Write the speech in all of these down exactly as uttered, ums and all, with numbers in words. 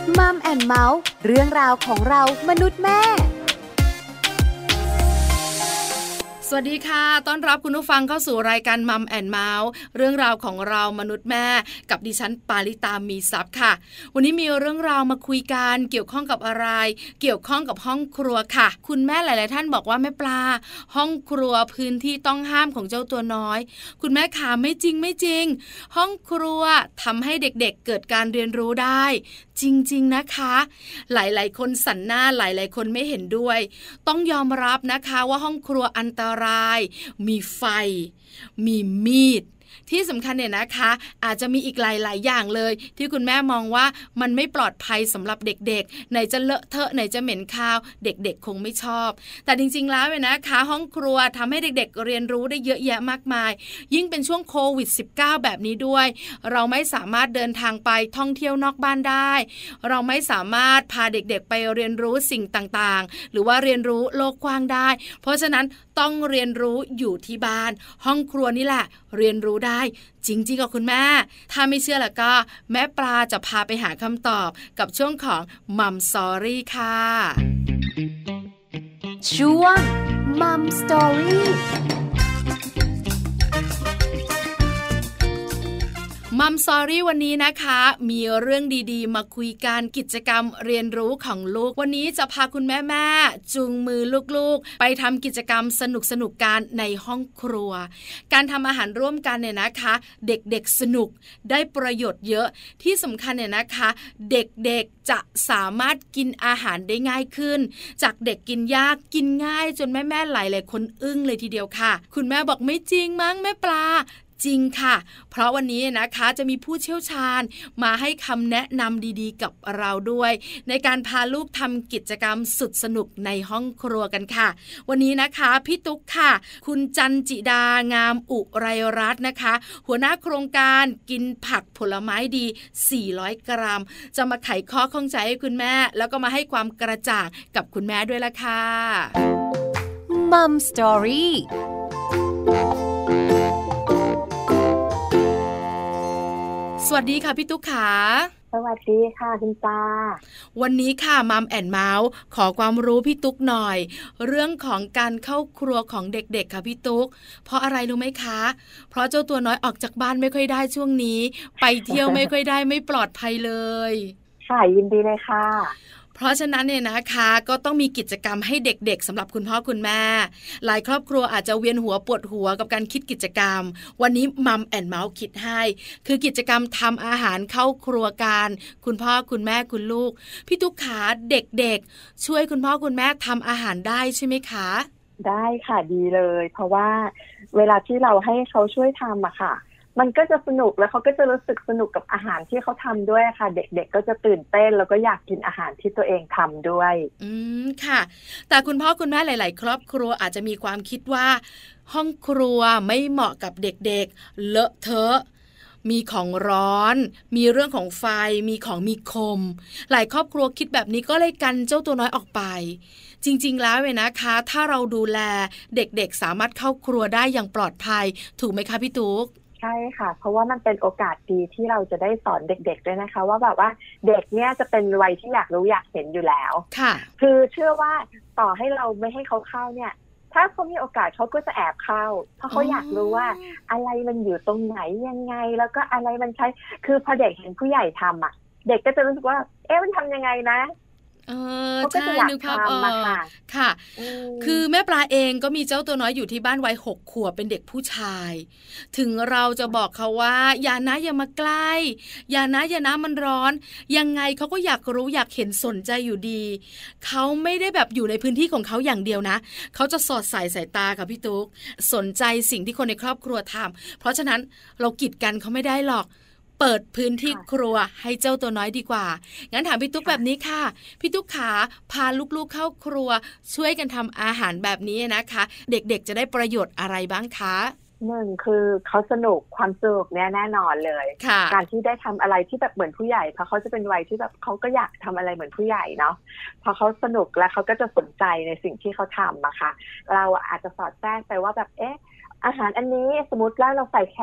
มัมแอนด์เมาส์เรื่องราวของเรามนุษย์แม่สวัสดีค่ะต้อนรับคุณผู้ฟังเข้าสู่รายการมัมแอนด์เมาส์เรื่องราวของเรามนุษย์แม่กับดิฉันปาริตามีซัพ์ค่ะวันนี้มีเรื่องราวมาคุยกันเกี่ยวข้องกับอะไรเกี่ยวข้องกับห้องครัวค่ะคุณแม่หลายๆท่านบอกว่าแม่ปลาห้องครัวพื้นที่ต้องห้ามของเจ้าตัวน้อยคุณแม่ขาไม่จริงไม่จริงห้องครัวทำให้เด็กๆ เ, เกิดการเรียนรู้ได้จริงๆนะคะหลายๆคนสันหน้าหลายๆคนไม่เห็นด้วยต้องยอมรับนะคะว่าห้องครัวอันตรายมีไฟมีมีดที่สำคัญเนี่ยนะคะอาจจะมีอีกหลายๆอย่างเลยที่คุณแม่มองว่ามันไม่ปลอดภัยสำหรับเด็กๆไหนจะเลอะเทอะไหนจะเหม็นคาวเด็กๆคงไม่ชอบแต่จริงๆแล้วเนี่ยนะคะห้องครัวทำให้เด็กๆเรียนรู้ได้เยอะแยะมากมายยิ่งเป็นช่วงโควิด สิบเก้า แบบนี้ด้วยเราไม่สามารถเดินทางไปท่องเที่ยวนอกบ้านได้เราไม่สามารถพาเด็กๆไปเรียนรู้สิ่งต่างๆหรือว่าเรียนรู้โลกกว้างได้เพราะฉะนั้นต้องเรียนรู้อยู่ที่บ้านห้องครัวนี่แหละเรียนรู้ได้จริงๆกับคุณแม่ถ้าไม่เชื่อแล้วก็แม่ปลาจะพาไปหาคำตอบกับช่วงของมัมสตอรี่ค่ะช่วงมัมสตอรี่มัมสอรี่วันนี้นะคะมีเรื่องดีๆมาคุยกันกิจกรรมเรียนรู้ของลูกวันนี้จะพาคุณแม่ๆจูงมือลูกๆไปทำกิจกรรมสนุกๆกันในห้องครัวการทำอาหารร่วมกันเนี่ยนะคะเด็กๆสนุกได้ประโยชน์เยอะที่สำคัญเนี่ยนะคะเด็กๆจะสามารถกินอาหารได้ง่ายขึ้นจากเด็กกินยากกินง่ายจนแม่ๆหลายๆคนอึ้งเลยทีเดียวค่ะคุณแม่บอกไม่จริงมั้งแม่ปลาจริงค่ะเพราะวันนี้นะคะจะมีผู้เชี่ยวชาญมาให้คำแนะนำดีๆกับเราด้วยในการพาลูกทำกิจกรรมสุดสนุกในห้องครัวกันค่ะวันนี้นะคะพี่ตุ๊กค่ะคุณจันจิดางามอุไรรัตน์นะคะหัวหน้าโครงการกินผักผลไม้ดีสี่ร้อยกรัมจะมาไขข้อข้องใจให้คุณแม่แล้วก็มาให้ความกระจ่างกับคุณแม่ด้วยละค่ะมัมสตอรี่สวัสดีค่ะพี่ตุ๊กขาสวัสดีค่ะคุณตาวันนี้ค่ะมัมแอนด์เมาส์ขอความรู้พี่ตุ๊กหน่อยเรื่องของการเข้าครัวของเด็กๆค่ะพี่ตุ๊กเพราะอะไรรู้ไหมคะเพราะเจ้าตัวน้อยออกจากบ้านไม่ค่อยได้ช่วงนี้ไปเที่ยวไม่ค่อยได้ไม่ปลอดภัยเลยค่ะยินดีเลยค่ะเพราะฉะนั้นเนี่ยนะคะก็ต้องมีกิจกรรมให้เด็กๆสำหรับคุณพ่อคุณแม่หลายครอบครัวอาจจะเวียนหัวปวดหัวกับการคิดกิจกรรมวันนี้มัมแอนด์เมาส์คิดให้คือกิจกรรมทำอาหารเข้าครัวกันคุณพ่อคุณแม่คุณลูกพี่ตุ๊กขาเด็กๆช่วยคุณพ่อคุณแม่ทำอาหารได้ใช่ไหมคะได้ค่ะดีเลยเพราะว่าเวลาที่เราให้เขาช่วยทำอะค่ะมันก็จะสนุกแล้วเขาก็จะรู้สึกสนุกกับอาหารที่เขาทำด้วยค่ะเด็กๆก็จะตื่นเต้นแล้วก็อยากกินอาหารที่ตัวเองทำด้วยอืมค่ะแต่คุณพ่อคุณแม่หลายๆครอบครัวอาจจะมีความคิดว่าห้องครัวไม่เหมาะกับเด็กๆเลอะเทอะมีของร้อนมีเรื่องของไฟมีของมีคมหลายครอบครัวคิดแบบนี้ก็เลยกันเจ้าตัวน้อยออกไปจริงๆแล้วเนี่ยนะคะถ้าเราดูแลเด็กๆสามารถเข้าครัวได้อย่างปลอดภัยถูกไหมคะพี่ตุ๊กใช่ค่ะเพราะว่ามันเป็นโอกาสดีที่เราจะได้สอนเด็กๆด้วยนะคะว่าแบบว่าเด็กเนี่ยจะเป็นวัยที่อยากรู้อยากเห็นอยู่แล้วค่ะคือเชื่อว่าต่อให้เราไม่ให้เขาเข้าเนี่ยถ้าเขามีโอกาสเขาก็จะแอบเข้าเพราะเขาอยากรู้ว่าอะไรมันอยู่ตรงไหนยังไงแล้วก็อะไรมันใช้คือพอเด็กเห็นผู้ใหญ่ทำอ่ะเด็กก็จะรู้สึกว่าเอ๊ะมันทำยังไงนะเออใช่นึกภาพออกค่ะคือแม่ปลาเองก็มีเจ้าตัวน้อยอยู่ที่บ้านวัยหกขวบเป็นเด็กผู้ชายถึงเราจะบอกเขาว่าอย่านะอย่ามาใกล้อย่านะอย่านะมันร้อนยังไงเขาก็อยากรู้อยากเห็นสนใจอยู่ดีเขาไม่ได้แบบอยู่ในพื้นที่ของเขาอย่างเดียวนะเขาจะสอดสายสายตาค่ะพี่ตุ๊กสนใจสิ่งที่คนในครอบครัวทำเพราะฉะนั้นเรากีดกันเขาไม่ได้หรอกเปิดพื้นที่ครัวให้เจ้าตัวน้อยดีกว่างั้นถามพี่ตุ๊กแบบนี้ค่ะพี่ตุ๊กขาพาลูกๆเข้าครัวช่วยกันทำอาหารแบบนี้นะคะเด็กๆจะได้ประโยชน์อะไรบ้างคะหนึ่งคือเขาสนุกความสนุกเนี่ยแน่นอนเลยการที่ได้ทำอะไรที่แบบเหมือนผู้ใหญ่เพราะเขาจะเป็นวัยที่แบบเขาก็อยากทำอะไรเหมือนผู้ใหญ่เนาะพอเขาสนุกแล้วเขาก็จะสนใจในสิ่งที่เขาทำอะค่ะเราอาจจะสอดแทรกไปว่าแบบเอ๊ะอาหารอันนี้สมมติว่าเราใส่แครอท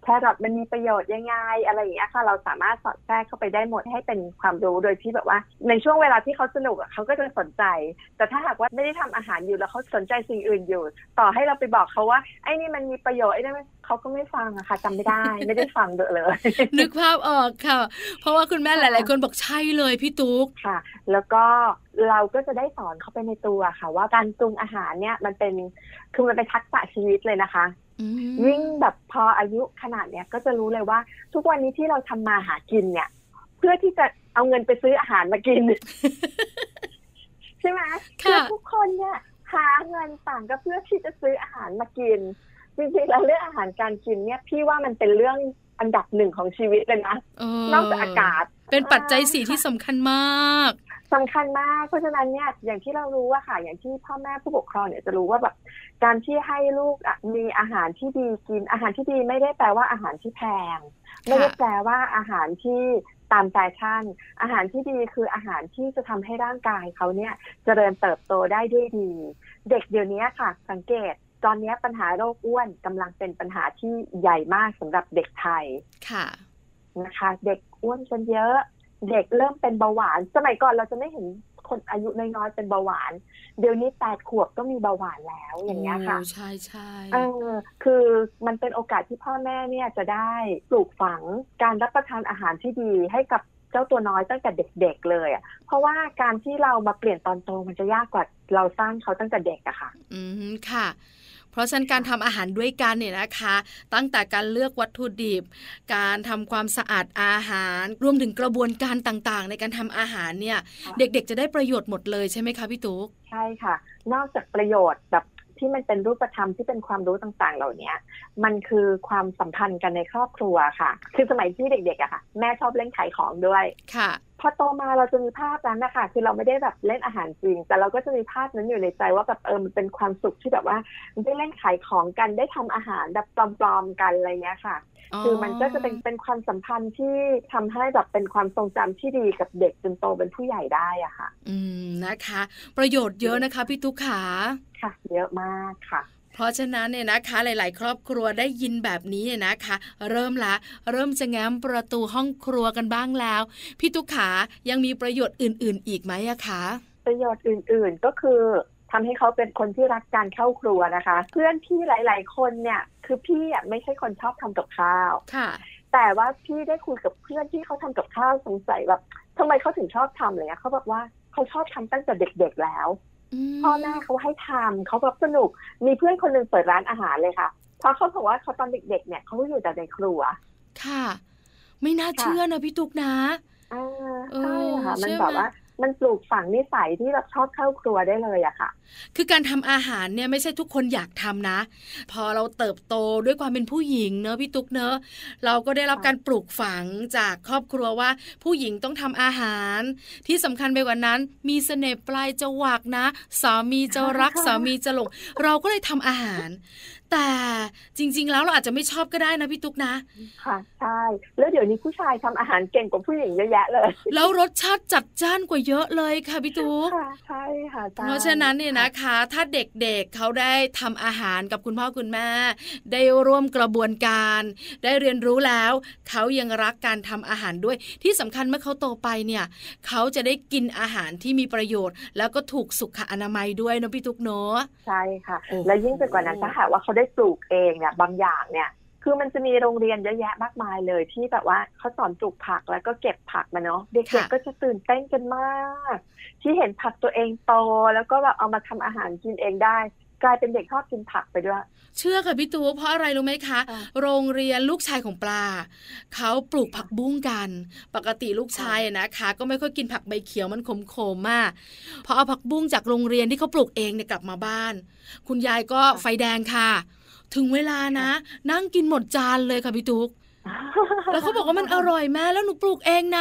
แครอทมันมีประโยชน์ยังไงอะไรอย่างเงี้ยค่ะเราสามารถสอดแทรกเข้าไปได้หมดให้เป็นความรู้โดยที่แบบว่าในช่วงเวลาที่เขาสนุกอ่ะเขาก็จะสนใจแต่ถ้าหากว่าไม่ได้ทำอาหารอยู่แล้วเขาสนใจสิ่งอื่นอยู่ต่อให้เราไปบอกเขาว่าไอ้นี่มันมีประโยชน์ไอ้นั่นเขาก็ไม่ฟังอะค่ะจำไม่ได้ ไม่ได้ฟังเลยนึกภาพออกค่ะเพราะว่าคุณแม่หลายๆคนบอกใช่เลยพี่ตุ๊กค่ะแล้วก็เราก็จะได้สอนเขาไปในตัวค่ะว่าการปรุงอาหารเนี่ยมันเป็นคือมันเป็นทักษะชีวิตเลยนะคะยิ่งแบบพออายุขนาดเนี้ยก็จะรู้เลยว่าทุกวันนี้ที่เราทำมาหากินเนี่ยเพื่อที่จะเอาเงินไปซื้ออาหารมากิน ใช่ไหมคือทุกคนเนี่ยหาเงินต่างก็เพื่อที่จะซื้ออาหารมากินจริงๆแล้วเรื่องอาหารการกินเนี่ยพี่ว่ามันเป็นเรื่องอันดับหนึ่งของชีวิตเลยนะนอกจากอากาศเป็นปัจจัยสี่ที่สำคัญมากสำคัญมากเพราะฉะนั้นเนี่ยอย่างที่เรารู้ว่าค่ะอย่างที่พ่อแม่ผู้ปกครองเนี่ยจะรู้ว่าแบบการที่ให้ลูกมีอาหารที่ดีกินอาหารที่ดีไม่ได้แปลว่าอาหารที่แพงไม่ได้แปลว่าอาหารที่ตามแฟชั่นอาหารที่ดีคืออาหารที่จะทำให้ร่างกายเขาเนี่ยเจริญเติบโตได้ด้วยดีเด็กเดี๋ยวนี้ค่ะสังเกตตอนนี้ปัญหาโรคอ้วนกำลังเป็นปัญหาที่ใหญ่มากสำหรับเด็กไทยค่ะนะคะเด็กอ้วนจนเยอะเด็กเริ่มเป็นเบาหวานสมัยก่อนเราจะไม่เห็นคนอายุน้อยๆเป็นเบาหวานเดี๋ยวนี้แปดขวบก็มีเบาหวานแล้วอย่างเงี้ยค่ะใช่ใช่เออคือมันเป็นโอกาสที่พ่อแม่เนี่ยจะได้ปลูกฝังการรับประทานอาหารที่ดีให้กับเจ้าตัวน้อยตั้งแต่เด็กๆเลยอ่ะเพราะว่าการที่เรามาเปลี่ยนตอนโตมันจะยากกว่าเราสร้างเขาตั้งแต่เด็กอะค่ะอืมค่ะเพราะฉะนั้นการทำอาหารด้วยกันเนี่ยนะคะตั้งแต่การเลือกวัตถุดิบการทำความสะอาดอาหารรวมถึงกระบวนการต่างๆในการทำอาหารเนี่ยเด็กๆจะได้ประโยชน์หมดเลยใช่ไหมคะพี่ตุ๊กใช่ค่ะนอกจากประโยชน์แบบที่มันเป็นรูปธรรมที่เป็นความรู้ต่างๆเหล่านี้มันคือความสัมพันธ์กันในครอบครัวค่ะคือสมัยที่เด็กๆอะค่ะแม่ชอบเล่นขายของด้วยค่ะพอโตมาเราจะมีภาพนั้นนะคะคือเราไม่ได้แบบเล่นอาหารจริงแต่เราก็จะมีภาพนั้นอยู่ในใจว่าแบบเออมันเป็นความสุขที่แบบว่าได้เล่นขายของกันได้ทำอาหารแบบปลอมๆกันอะไรเงี้ยค่ะคือมันก็จะเป็นเป็นความสัมพันธ์ที่ทำให้แบบเป็นความทรงจำที่ดีกับเด็กจนโตเป็นผู้ใหญ่ได้อะค่ะอืมนะคะประโยชน์เยอะนะคะพี่ตุ๊กขาค่ะเยอะมากค่ะเพราะฉะนั้นเนี่ยนะคะหลายๆครอบครัวได้ยินแบบนี้เนี่ยนะคะเริ่มละเริ่มจะแง้มประตูห้องครัวกันบ้างแล้วพี่ตุ๊กขายังมีประโยชน์อื่นๆอีกไหมอะคะประโยชน์อื่นๆก็คือทำให้เขาเป็นคนที่รักการเข้าครัวนะคะเพื่อนพี่หลายๆคนเนี่ยคือพี่อ่ะไม่ใช่คนชอบทำกับข้าวค่ะแต่ว่าพี่ได้คุยกับเพื่อนที่เขาทำกับข้าวสงสัยแบบทำไมเขาถึงชอบทำเลยเขาบอกว่าเขาชอบทำตั้งแต่เด็กๆแล้วพ่อแม่เขาให้ทำเขาแบบสนุกมีเพื่อนคนนึงเปิดร้านอาหารเลยค่ะเพราะเขาบอกว่าเขาตอนเด็กๆเนี่ยเขาอยู่แต่ในครัวค่ะไม่น่าเชื่อนะพี่ตุ๊กนะอ่าใช่ค่ะมันแบบว่ามันปลูกฝังนิสัยที่แบบชอบเข้าครัวได้เลยอะค่ะคือการทำอาหารเนี่ยไม่ใช่ทุกคนอยากทำนะพอเราเติบโตด้วยความเป็นผู้หญิงเนอะพี่ตุ๊กเนอะเราก็ได้รับการปลูกฝังจากครอบครัวว่าผู้หญิงต้องทำอาหารที่สำคัญไปกว่านั้นมีเสน่ห์ปลายจวักนะสามีจะรักสามีจะหลงเราก็เลยทำอาหารแต่จริงๆแล้วเราอาจจะไม่ชอบก็ได้นะพี่ตุ๊กนะค่ะใช่แล้วเดี๋ยวนี้ผู้ชายทำอาหารเก่งกว่าผู้หญิงเยอะแยะเลยแล้วรสชาติจัดจ้านกว่าเยอะเลยค่ะพี่ตุ๊กค่ะใช่ค่ะเพราะฉะนั้นเนี่ยนะคะถ้าเด็กๆ เ, เขาได้ทำอาหารกับคุณพ่อคุณแม่ได้ร่วมกระบวนการได้เรียนรู้แล้วเขายังรักการทำอาหารด้วยที่สำคัญเมื่อเขาโตไปเนี่ยเขาจะได้กินอาหารที่มีประโยชน์แล้วก็ถูกสุขอนามัยด้วยนะพี่ตุ๊กเนาะใช่ค่ะและยิ่งไปกว่านั้นถ้าหากว่าเขาได้ปลูกเองเนี่ยบางอย่างเนี่ยคือมันจะมีโรงเรียนเยอะแยะมากมายเลยที่แบบว่าเขาสอนปลูกผักแล้วก็เก็บผักมาเนาะเด็กๆก็จะตื่นเต้นกันมากที่เห็นผักตัวเองโตแล้วก็แบบเอามาทำอาหารกินเองได้กลายเป็นเด็กชอบกินผักไปด้วยเชื่อค่ะพี่ตูเพราะอะไรรู้ไหมคะโรงเรียนลูกชายของปลาเขาปลูกผักบุ้งกันปกติลูกชายนะคะก็ไม่ค่อยกินผักใบเขียวมันขมๆมากพอเอาผักบุ้งจากโรงเรียนที่เขาปลูกเองเนี่ยกลับมาบ้านคุณยายก็ไฟแดงค่ะถึงเวลานะนั่งกินหมดจานเลยค่ะพี่ตุ๊กแล้วเขาบอกว่ามันอร่อยแม่แล้วหนูปลูกเองนะอ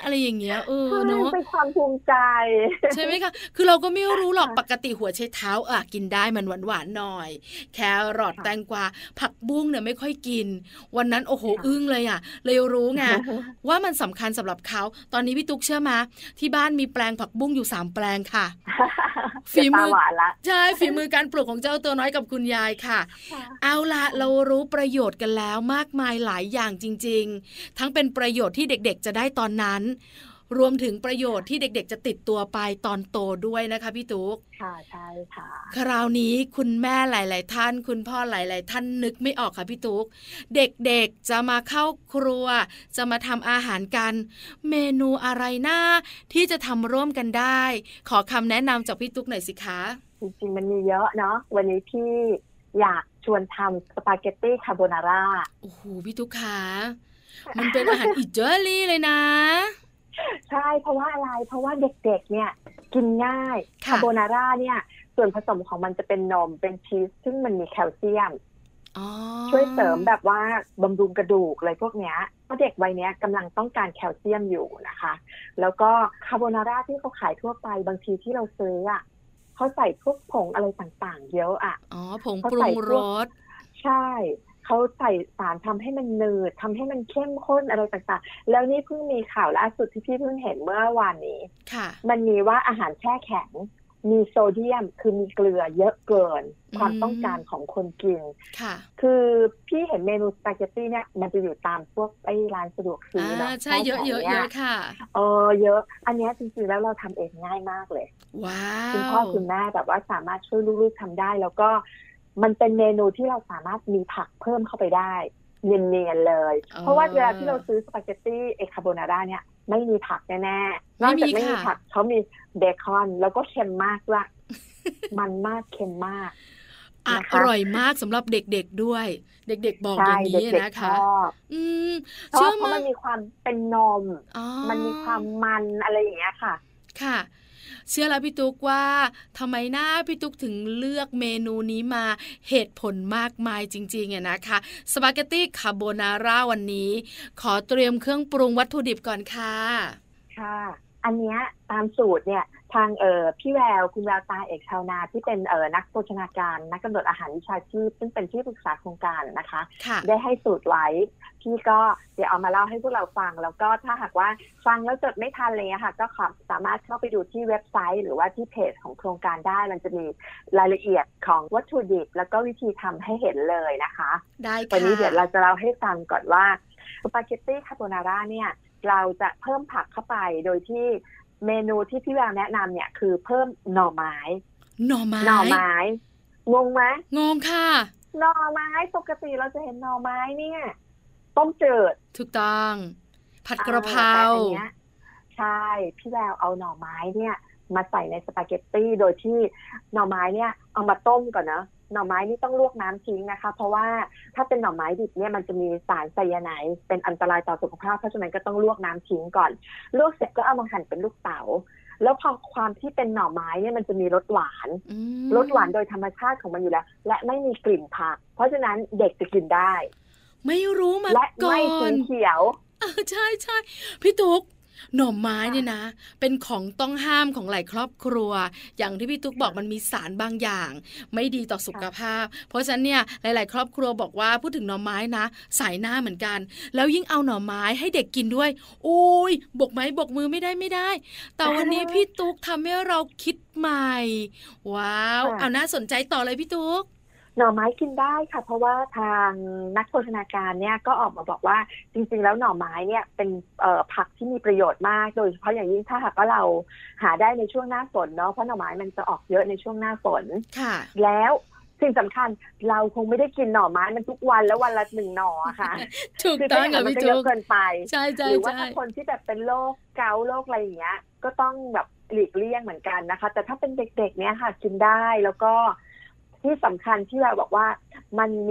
อะไรอย่างเงี้ยเออเนาะเป็นความภูมิใจใช่ไหมคะคือเราก็ไม่รู้หรอกปกติหัวไชเท้าอ่ะกินได้มันหวานๆหน่อยแครอทแตงกวาผักบุ้งเนี่ยไม่ค่อยกินวันนั้นโอ้โหอึ้งเลยอ่ะเลยรู้ไงว่ามันสำคัญสำหรับเขาตอนนี้พี่ตุ๊กเชื่อมาที่บ้านมีแปลงผักบุ้งอยู่สามแปลงค่ะฝีมือใช่ฝีมือการปลูกของเจ้าตัวน้อยกับคุณยายค่ะเอาละเรารู้ประโยชน์กันแล้วมากมายหลายอย่างจริงๆทั้งเป็นประโยชน์ที่เด็กๆจะได้ตอนนั้นรวมถึงประโยชน์ที่เด็กๆจะติดตัวไปตอนโตด้วยนะคะพี่ตุ๊กค่ะใช่ค่ะคราวนี้คุณแม่หลายๆท่านคุณพ่อหลายๆท่านนึกไม่ออกค่ะพี่ตุ๊กเด็กๆจะมาเข้าครัวจะมาทำอาหารกันเมนูอะไรนะที่จะทำร่วมกันได้ขอคำแนะนำจากพี่ตุ๊กหน่อยสิคะจริงๆมันมีเยอะเนาะวันนี้พี่อยากชวนทำสปาเกตตี้คาโบนาร่าโอ้โหพี่ตุ๊กขามันเป็นอาหารอิตาลีเลยนะใช่เพราะว่าอะไรเพราะว่าเด็กๆเนี่ยกินง่ายคาโบนาร่าเนี่ยส่วนผสมของมันจะเป็นนมเป็นชีสซึ่งมันมีแคลเซียมช่วยเสริมแบบว่าบำรุงกระดูกอะไรพวกเนี้ยเพราะเด็กวัยเนี้ยกำลังต้องการแคลเซียมอยู่นะคะแล้วก็คาโบนาร่าที่เขาขายทั่วไปบางทีที่เราซื้ออ่ะเขาใส่พวกผงอะไรต่างๆเยอะอ่ะอ๋อผงปรุงรสใช่เขาใส่สารทำให้มันหนืดทำให้มันเข้มข้นอะไรต่างๆแล้วนี่เพิ่งมีข่าวล่าสุดที่พี่เพิ่งเห็นเมื่อวานนี้มันมีว่าอาหารแช่แข็งมีโซเดียมคือมีเกลือเยอะเกินความต้องการของคนกินคือพี่เห็นเมนูสปาเกตตี้เนี่ยมันจะอยู่ตามพวกไอ้ร้านสะดวกซื้อนะใช่เยอะเยอะเยอะค่ะเออเยอะอันนี้จริงๆแล้วเราทำเองง่ายมากเลยว้าวคุณพ่อคุณแม่แบบว่าสามารถช่วยลูกๆทำได้แล้วก็มันเป็นเมนูที่เราสามารถมีผักเพิ่มเข้าไปได้เนียนๆเลยเพราะว่าเวลาที่เราซื้อสปาเกตตี้เอคาโบนาร่าเนี่ยไม่มีผักแน่ๆนอกจากไม่มีผักเขามีเบคอนแล้วก็เค็มมากด้วยมันมากเค็มมากอร่อยมากสำหรับเด็กๆด้วยเด็กๆบอกอย่างนี้นะคะอืมเพราะมันมีความเป็นนมมันมีความมันอะไรอย่างเงี้ยค่ะค่ะเชื่อแล้วพี่ตุ๊กว่าทำไมหน้าพี่ตุ๊กถึงเลือกเมนูนี้มาเหตุผลมากมายจริงๆอ่ะนะคะสปาเกตตี้คาโบนาร่าวันนี้ขอเตรียมเครื่องปรุงวัตถุดิบก่อนค่ะค่ะอันเนี้ยตามสูตรเนี่ยทางเอ่อพี่แววคุณแววตาเอกชาวนาที่เป็นเอ่อนักโภชนาการนักกำหนดอาหารวิชาชีพซึ่งเป็นที่ปรึกษาโครงการนะคะได้ให้สูตรไว้พี่ก็เดี๋ยวเอามาเล่าให้พวกเราฟังแล้วก็ถ้าหากว่าฟังแล้วจดไม่ทันเลยค่ะก็สามารถเข้าไปดูที่เว็บไซต์หรือว่าที่เพจของโครงการได้มันจะมีรายละเอียดของวัตถุดิบแล้วก็วิธีทำให้เห็นเลยนะคะได้ค่ะวันนี้เดี๋ยวเราจะเล่าให้ฟังก่อนว่าสปาเกตตี้คาโบนาร่าเนี่ยเราจะเพิ่มผักเข้าไปโดยที่เมนูที่พี่แววแนะนำเนี่ยคือเพิ่มหน่อไม้หน่อไม้หน่อไม้งงไหมงงค่ะหน่อไม้ปกติเราจะเห็นหน่อไม้เนี่ยต้มจืดถูกต้องผัดกระเพราใช่พี่แววเอาหน่อไม้เนี่ยมาใส่ในสปาเกตตี้โดยที่หน่อไม้เนี่ยเอามาต้มก่อนนะหน่อไม้นี่ต้องลวกน้ำทิ้งนะคะเพราะว่าถ้าเป็นหน่อไม้ดิบเนี่ยมันจะมีสารไซยาไนด์เป็นอันตรายต่อสุขภาพเพราะฉะนั้นก็ต้องลวกน้ำทิ้งก่อนลวกเสร็จก็เอามาหั่นเป็นลูกเต๋าแล้วพอความที่เป็นหน่อไม้เนี่ยมันจะมีรสหวานรสหวานโดยธรรมชาติของมันอยู่แล้วและไม่มีกลิ่นผักเพราะฉะนั้นเด็กจะกินได้ไม่รู้มาก่อนและไม่สีเขียวใช่ใช่พี่ตุ๊กหน่อไม้เนี่ยนะเป็นของต้องห้ามของหลายครอบครัวอย่างที่พี่ตุ๊กบอกมันมีสารบางอย่างไม่ดีต่อสุขภาพเพราะฉะนั้นเนี่ยหลายๆครอบครัวบอกว่าพูดถึงหน่อไม้นะสายหน้าเหมือนกันแล้วยิ่งเอาหน่อไม้ให้เด็กกินด้วยโอ้ยบกไม้บกมือไม่ได้ไม่ได้แต่วันนี้พี่ตุ๊กทำให้เราคิดใหม่ว้าวเอาน่าสนใจต่อเลยพี่ตุ๊กหน่อไม้กินได้ค่ะเพราะว่าทางนักโภชนาการเนี่ยก็ออกมาบอกว่าจริงๆแล้วหน่อไม้เนี่ยเป็นผักที่มีประโยชน์มากโดยเฉพาะอย่างยิ่งถ้าหากว่าเราหาได้ในช่วงหน้าฝนเนาะเพราะหน่อไม้มันจะออกเยอะในช่วงหน้าฝนค่ะแล้วสิ่งสำคัญเราคงไม่ได้กินหน่อไม้มันทุกวันแล้ววันละหนึ่งหน่อค่ะถูกต้องกับพี่จุ๊กเกินไปใช่ใช่หรือว่าถ้าคนที่แบบเป็นโรคเกาต์โรคอะไรอย่างเงี้ยก็ต้องแบบหลีกเลี่ยงเหมือนกันนะคะแต่ถ้าเป็นเด็กๆเนี่ยค่ะกินได้แล้วก็ที่สำคัญที่เราบอกว่ามันมีโป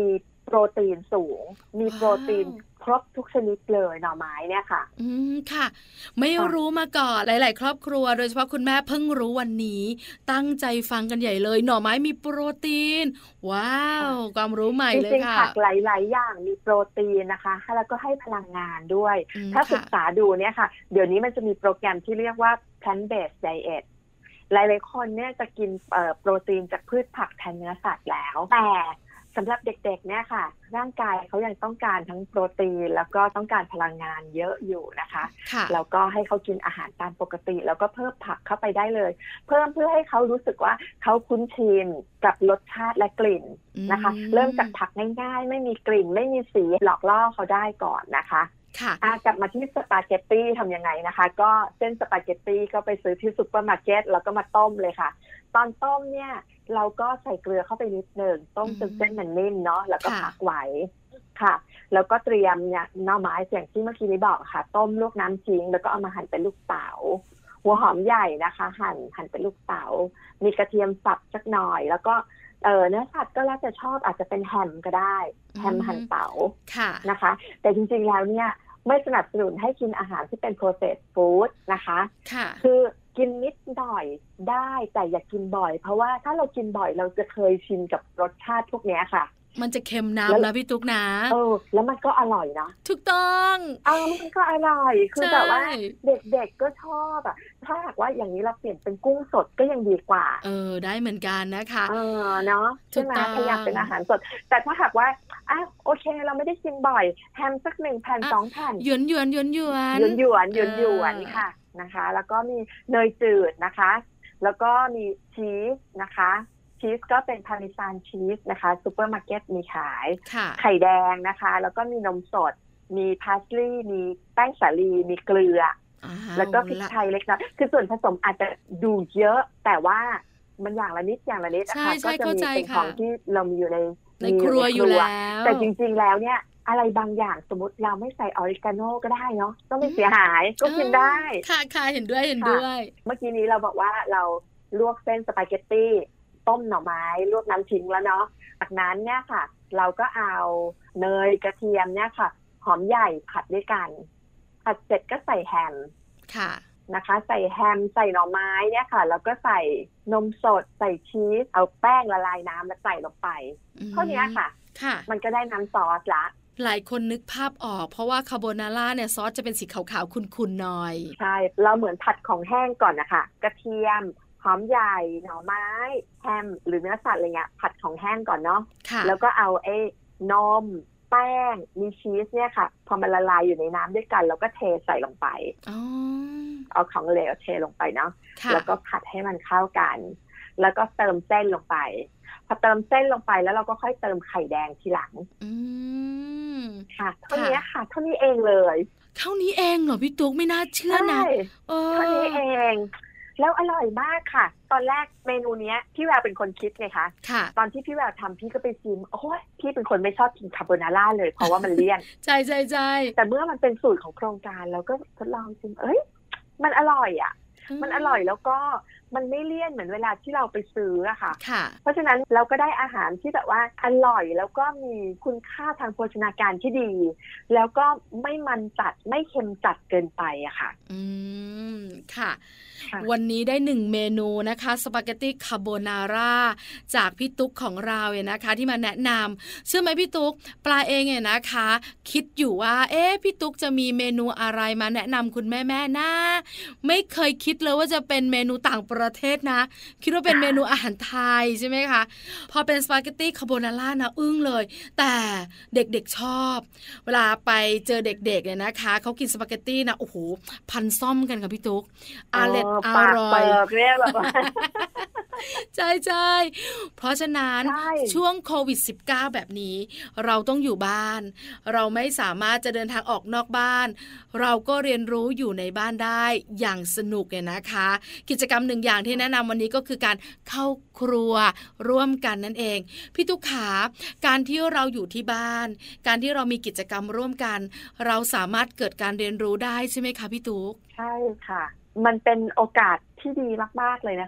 โปรตีนสูงมีโปรตีนครบทุกชนิดเลยหน่อไม้เนี่ยค่ะอืมค่ะไม่รู้มาก่อนหลายๆครอบครัวโดยเฉพาะคุณแม่เพิ่งรู้วันนี้ตั้งใจฟังกันใหญ่เลยหน่อไม้มีโปรตีนว้าวความรู้ใหม่เลยค่ะจริงๆผักหลายๆอย่างมีโปรตีนนะคะแล้วก็ให้พลังงานด้วยถ้าศึกษาดูเนี่ยค่ะเดี๋ยวนี้มันจะมีโปรแกรมที่เรียกว่า plant based diet หลายๆคนเนี่ยจะกินโปรตีนจากพืชผักแทนเนื้อสัตว์แล้วแต่สำหรับเด็กๆเนี่ยค่ะร่างกายเขายังต้องการทั้งโปรตีนแล้วก็ต้องการพลังงานเยอะอยู่นะคะแล้วก็ให้เขากินอาหารตามปกติแล้วก็เพิ่มผักเข้าไปได้เลยเพิ่มเพื่อให้เขารู้สึกว่าเขาคุ้นชินกับรสชาติและกลิ่นนะคะเริ่มจากผักง่ายๆไม่มีกลิ่นไม่มีสีหลอกล่อเขาได้ก่อนนะคะกลับมาที่สปาเกตตี้ทำยังไงนะคะก็เส้นสปาเกตตี้ก็ไปซื้อที่ซุปเปอร์มาร์เก็ตแล้วก็มาต้มเลยค่ะตอนต้มเนี่ยเราก็ใส่เกลือเข้าไปนิดหนึ่งต้มจนเส้นมันนิ่มเนาะแล้วก็พักไว้ค่ะแล้วก็เตรียมเนี่ยหน่อไม้อย่างที่เมื่อกี้นี้บอกค่ะต้มลวกน้ำทิ้งแล้วก็เอามาหั่นเป็นลูกเต๋าหัวหอมใหญ่นะคะหั่นหั่นเป็นลูกเต๋ามีกระเทียมสับสักหน่อยแล้วก็เออเนื้อสัตว์ก็แล้วแต่ชอบอาจจะเป็นแฮมก็ได้แฮมหั่นเต๋านะคะแต่จริงๆแล้วเนี่ยไม่สนับสนุนให้กินอาหารที่เป็น processed food นะคะคือกินนิดหน่อยได้แต่อย่ากินบ่อยเพราะว่าถ้าเรากินบ่อยเราจะเคยชินกับรสชาติพวกนี้ค่ะมันจะเค็มน้ำนะพี่ตุ๊กนะเออแล้วมันก็อร่อยนะถูกต้องเออมันก็อร่อยคือแบบว่าเด็กๆก็ชอบอ่ะถ้าหากว่าอย่างนี้เราเปลี่ยนเป็นกุ้งสดก็ยังดีกว่าเออได้เหมือนกันนะคะเออเนาะใช่ไหมพยายามเป็นอาหารสดแต่ถ้าหากว่าอ่ะโอเคเราไม่ได้กินบ่อยแฮมสักหนึ่งแผ่นสองแผ่นหยวนหยวนหยวนหยวนหยวนหยวนหยวนหยวนค่ะนะคะแล้วก็มีเนยจืดนะคะแล้วก็มีชีสนะคะชีสก็เป็นพาร์เมซานชีสนะคะซูเปอร์มาร์เก็ตมีขายไข่แดงนะคะแล้วก็มีนมสดมีพาสลีย์มีแป้งสาลีมีเกลือแล้วก็พริกไทยเล็กน้อยคือส่วนผสมอาจจะดูเยอะแต่ว่ามันอย่างละนิดอย่างละนิดนะคะก็จะมีเป็นของที่เรามีอยู่ในในครัวอยู่แล้วแต่จริงๆแล้วเนี่ยอะไรบางอย่างสมมติเราไม่ใส่ออริกาโน่ก็ได้เนาะต้องไม่เสียหายก็กินได้ค่ะค่ะเห็นด้วยเห็นด้วยเมื่อกี้นี้เราบอกว่าเราลวกเส้นสปาเกตตี้ต้มหน่อไม้ลวกน้ำทิ้งแล้วเนาะจากนั้นเนี่ยค่ะเราก็เอาเนยกระเทียมเนี่ยค่ะหอมใหญ่ผัดด้วยกันผัดเสร็จก็ใส่แฮมค่ะนะคะใส่แฮมใส่หน่อไม้เนี่ยค่ะแล้วก็ใส่นมสดใส่ชีสเอาแป้งละลายน้ำมาใส่ลงไปเท่านี้ค่ะค่ะมันก็ได้น้ำซอสละหลายคนนึกภาพออกเพราะว่าคาโบนาร่าเนี่ยซอสจะเป็นสีขาวๆขุ่นๆหน่อยใช่เราเหมือนผัดของแห้งก่อนนะคะกระเทียมหอมใหญ่หน่อไม้แฮมหรือเนื้อสัตว์อะไรเงี้ยผัดของแห้งก่อนเนาะแล้วก็เอาไอ้นมแป้งมีชีสเนี่ยค่ะพอมันละลายอยู่ในน้ำด้วยกันแล้วก็เทใส่ลงไปเอาของเหลวเทลงไปเนาะแล้วก็ผัดให้มันเข้ากันแล้วก็เติมเส้นลงไปพอเติมเส้นลงไปแล้วเราก็ค่อยเติมไข่แดงทีหลังค่ะเท่านี้ค่ะเท่านี้เองเลยเท่านี้เองเหรอพี่ตุ๊กไม่น่าเชื่อนะเท่านี้เองแล้วอร่อยมากค่ะตอนแรกเมนูนี้พี่แววเป็นคนคิดไงคะตอนที่พี่แววทำพี่ก็ไปชิมโอ้ยพี่เป็นคนไม่ชอบกินคาโบนาร่าเลยเพราะว่ามันเลี่ยนใช่ใช่ใช่แต่เมื่อมันเป็นสูตรของโครงการเราก็ทดลองชิมเอ้ยมันอร่อยอ่ะมันอร่อยแล้วก็มันไม่เลี่ยนเหมือนเวลาที่เราไปซื้ออะค่ะเพราะฉะนั้นเราก็ได้อาหารที่แบบว่าอร่อยแล้วก็มีคุณค่าทางโภชนาการที่ดีแล้วก็ไม่มันจัดไม่เค็มจัดเกินไปอะค่ะอืมค่ะวันนี้ได้หนึ่งเมนูนะคะสปาเกตตี้คาโบนาร่าจากพี่ตุ๊กของเราเนี่ยนะคะที่มาแนะนำเชื่อไหมพี่ตุ๊กปลาเองเนี่ยนะคะคิดอยู่ว่าเอ๊ะพี่ตุ๊กจะมีเมนูอะไรมาแนะนำคุณแม่แม่นะไม่เคยคิดเลยว่าจะเป็นเมนูต่างประเทศนะคิดว่าเป็นเมนูอาหารไทยใช่ไหมคะพอเป็นสปาเกตตี้คาโบนาร่านะอึ้งเลยแต่เด็กๆชอบเวลาไปเจอเด็กๆเนี่ยนะคะเขากินสปาเกตตี้นะโอ้โหพันซ่อมกันค่ะพี่ตุ๊กอร่อยอร่อยเรียกแบบใช่ใช่เพราะฉะนั้นช่วงโควิด สิบเก้า แบบนี้เราต้องอยู่บ้านเราไม่สามารถจะเดินทางออกนอกบ้านเราก็เรียนรู้อยู่ในบ้านได้อย่างสนุกเนี่ยนะคะกิจกรรมหนึ่งอย่างที่แนะนำวันนี้ก็คือการเข้าครัวร่วมกันนั่นเองพี่ตุ๊กขาการที่เราอยู่ที่บ้านการที่เรามีกิจกรรมร่วมกันเราสามารถเกิดการเรียนรู้ได้ใช่ไหมคะพี่ตุ๊กใช่ค่ะมันเป็นโอกาสที่ดีมากๆเลยนะคะ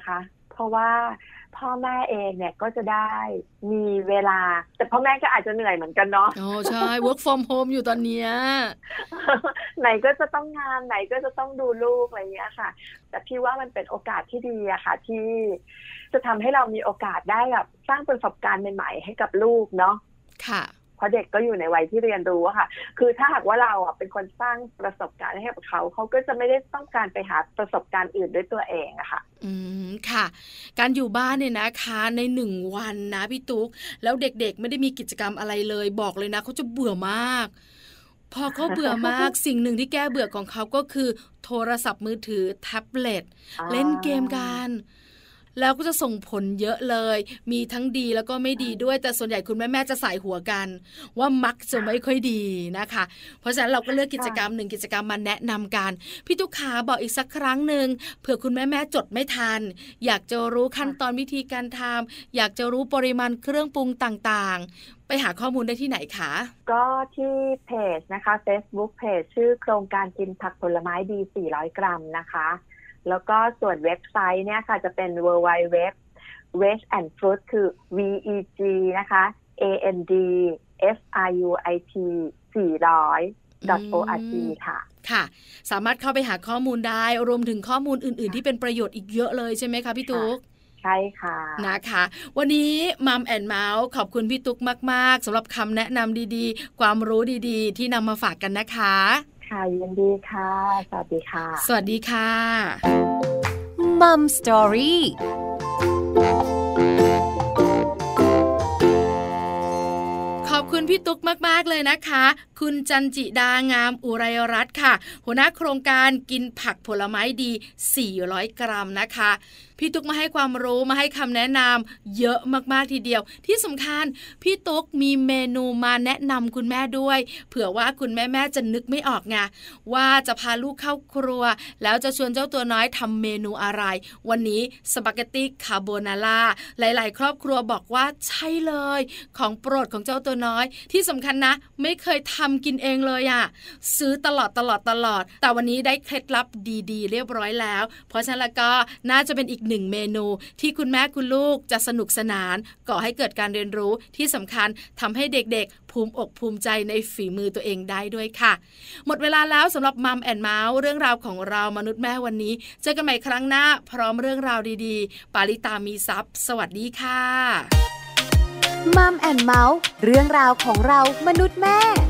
เพราะว่าพ่อแม่เองเนี่ยก็จะได้มีเวลาแต่พ่อแม่ก็อาจจะเหนื่อยเหมือนกันเนาะอ๋อใช่ work from home อยู่ตอนเนี้ยไหนก็จะต้องงานไหนก็จะต้องดูลูกอะไรอย่างเงี้ยค่ะแต่พี่ว่ามันเป็นโอกาสที่ดีอะค่ะที่จะทำให้เรามีโอกาสได้แบบสร้างประสบการณ์ใหม่ๆให้กับลูกเนาะค่ะเพราะเด็กก็อยู่ในวัยที่เรียนรู้อะค่ะคือถ้าหากว่าเราอ่ะเป็นคนสร้างประสบการณ์ให้กับเขาเขาก็จะไม่ได้ต้องการไปหาประสบการณ์อื่นด้วยตัวเองอะค่ะอืมค่ะการอยู่บ้านเนี่ยนะคะในหนึ่งวันนะพี่ตุ๊กแล้วเด็กๆไม่ได้มีกิจกรรมอะไรเลยบอกเลยนะเขาจะเบื่อมากพอเขาเบื่อมาก สิ่งหนึ่งที่แก้เบื่อของเขาก็คือโทรศัพท์มือถือแท็บเล็ตเล่นเกมกันแล้วก็จะส่งผลเยอะเลยมีทั้งดีแล้วก็ไม่ดีด้วยแต่ส่วนใหญ่คุณแม่ๆจะใส่หัวกันว่ามักจะไม่ค่อยดีนะคะเพราะฉะนั้นเราก็เลือกกิจกรรมหนึ่งกิจกรรมมาแนะนำกันพี่ตุ๊กขาบอกอีกสักครั้งหนึ่งเผื่อคุณแม่ๆจดไม่ทันอยากจะรู้ขั้นตอนวิธีการทำอยากจะรู้ปริมาณเครื่องปรุงต่างๆไปหาข้อมูลได้ที่ไหนคะก็ที่เพจนะคะ Facebook เพจชื่อโครงการกินผักผลไม้ดีสี่ร้อยกรัมนะคะแล้วก็ส่วนเว็บไซต์เนี่ยค่ะจะเป็น ดับเบิลยู ดับเบิลยู ดับเบิลยู ดอท veg and fruit คือ veg นะคะ and fruit สี่ร้อย .org ค่ะค่ะสามารถเข้าไปหาข้อมูลได้รวมถึงข้อมูลอื่นๆที่เป็นประโยชน์อีกเยอะเลยใช่ไหมคะพี่ตุ๊กใช่ค่ะนะคะวันนี้มัมแอนด์เมาส์ขอบคุณพี่ตุ๊กมากๆสำหรับคำแนะนำดีๆความรู้ดีๆที่นำมาฝากกันนะคะค่ะยินดีค่ะสวัสดีค่ะสวัสดีค่ะมัมสตอรี่ขอบคุณพี่ตุ๊กมากๆเลยนะคะคุณจันจิดางามอุไรรัตน์ค่ะหัวหน้าโครงการกินผักผลไม้ดีสี่ร้อยกรัมนะคะพี่ตุ๊กมาให้ความรู้มาให้คำแนะนำเยอะมากๆทีเดียวที่สำคัญพี่ตุ๊กมีเมนูมาแนะนำคุณแม่ด้วยเผื่อว่าคุณแม่ๆจะนึกไม่ออกไงว่าจะพาลูกเข้าครัวแล้วจะชวนเจ้าตัวน้อยทำเมนูอะไรวันนี้สปาเกตตี้คาโบนาร่าหลายๆครอบครัวบอกว่าใช่เลยของโปรดของเจ้าตัวน้อยที่สำคัญนะไม่เคยทำกินเองเลยอ่ะซื้อตลอดตลอดตลอดแต่วันนี้ได้เคล็ดลับดีๆเรียบร้อยแล้วเพราะฉะนั้นแล้วก็น่าจะเป็นอีกหนึ่งเมนูที่คุณแม่คุณลูกจะสนุกสนานก่อให้เกิดการเรียนรู้ที่สำคัญทำให้เด็กๆภูมิอกภูมิใจในฝีมือตัวเองได้ด้วยค่ะหมดเวลาแล้วสำหรับมัมแอนด์เมาส์เรื่องราวของเรามนุษย์แม่วันนี้เจอกันใหม่ครั้งหน้าพร้อมเรื่องราวดีๆปาริตามีทรัพย์สวัสดีค่ะมัมแอนด์เมาส์เรื่องราวของเรามนุษย์แม่